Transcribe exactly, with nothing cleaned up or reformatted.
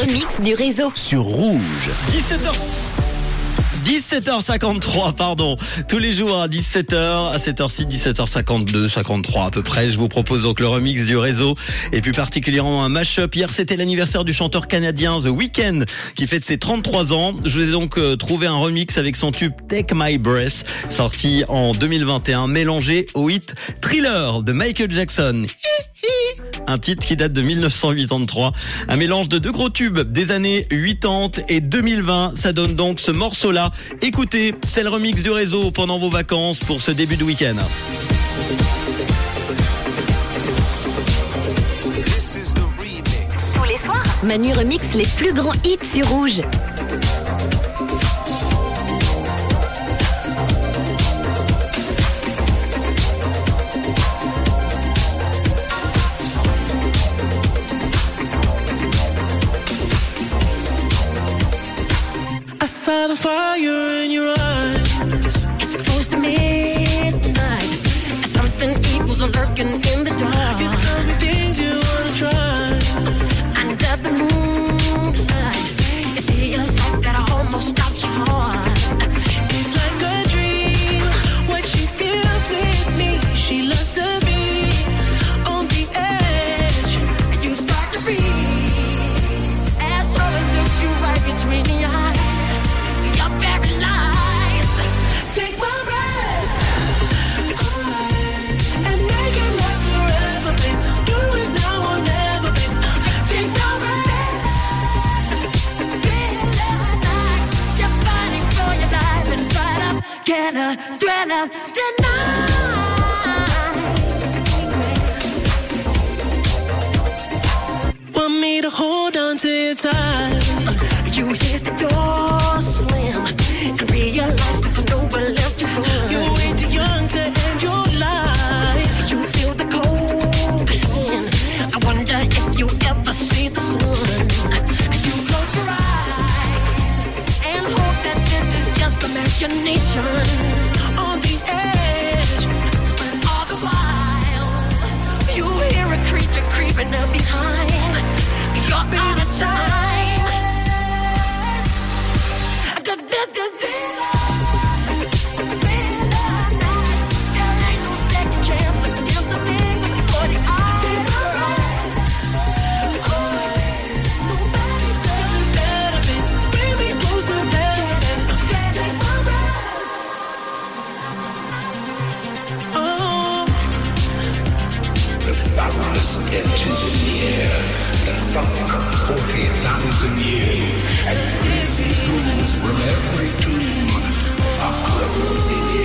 remix du réseau. Sur Rouge. dix-sept heures dix-sept heures cinquante-trois, pardon. Tous les jours à dix-sept heures, à cette heure-ci, dix-sept heures cinquante-deux, cinquante-trois à peu près. Je vous propose donc le remix du réseau et plus particulièrement un mash-up. Hier, c'était l'anniversaire du chanteur canadien The Weeknd qui fête ses trente-trois ans. Je vous ai donc euh, trouvé un remix avec son tube Take My Breath, sorti en deux mille vingt et un, mélangé au hit Thriller de Michael Jackson. Un titre qui date de mille neuf cent quatre-vingt-trois. Un mélange de deux gros tubes des années quatre-vingt-dix et deux mille vingt. Ça donne donc ce morceau-là. Écoutez, c'est le remix du réseau pendant vos vacances pour ce début de week-end. Tous les soirs, Manu remix les plus grands hits sur Rouge. I saw the fire in your eyes. It's close to midnight. Something evil's lurking in the dark. You tell me things you wanna try. Under the moonlight, you see a sight that almost stops your heart. It's like a dream. What she feels with me, she loves to be on the edge. You start to freeze as someone looks you right between the eyes. You're paralyzed. Take my breath and make it last forever, babe. Do it now or never, babe. Take my breath. Middle of the night, you're fighting for your life inside of Can I dwell of the night? Want me to hold on to you tight. You hear the door slam and realize there's nowhere left to run. You're way too young to end your life. You feel the cold hand. I wonder if you ever see the sun. You close your eyes and hope that this is just imagination. On the edge, But all the while, you hear a creature creeping up behind. You're out of time. Inches in the air, the thunk of forty thousand years, and seasons from every tomb are closing in.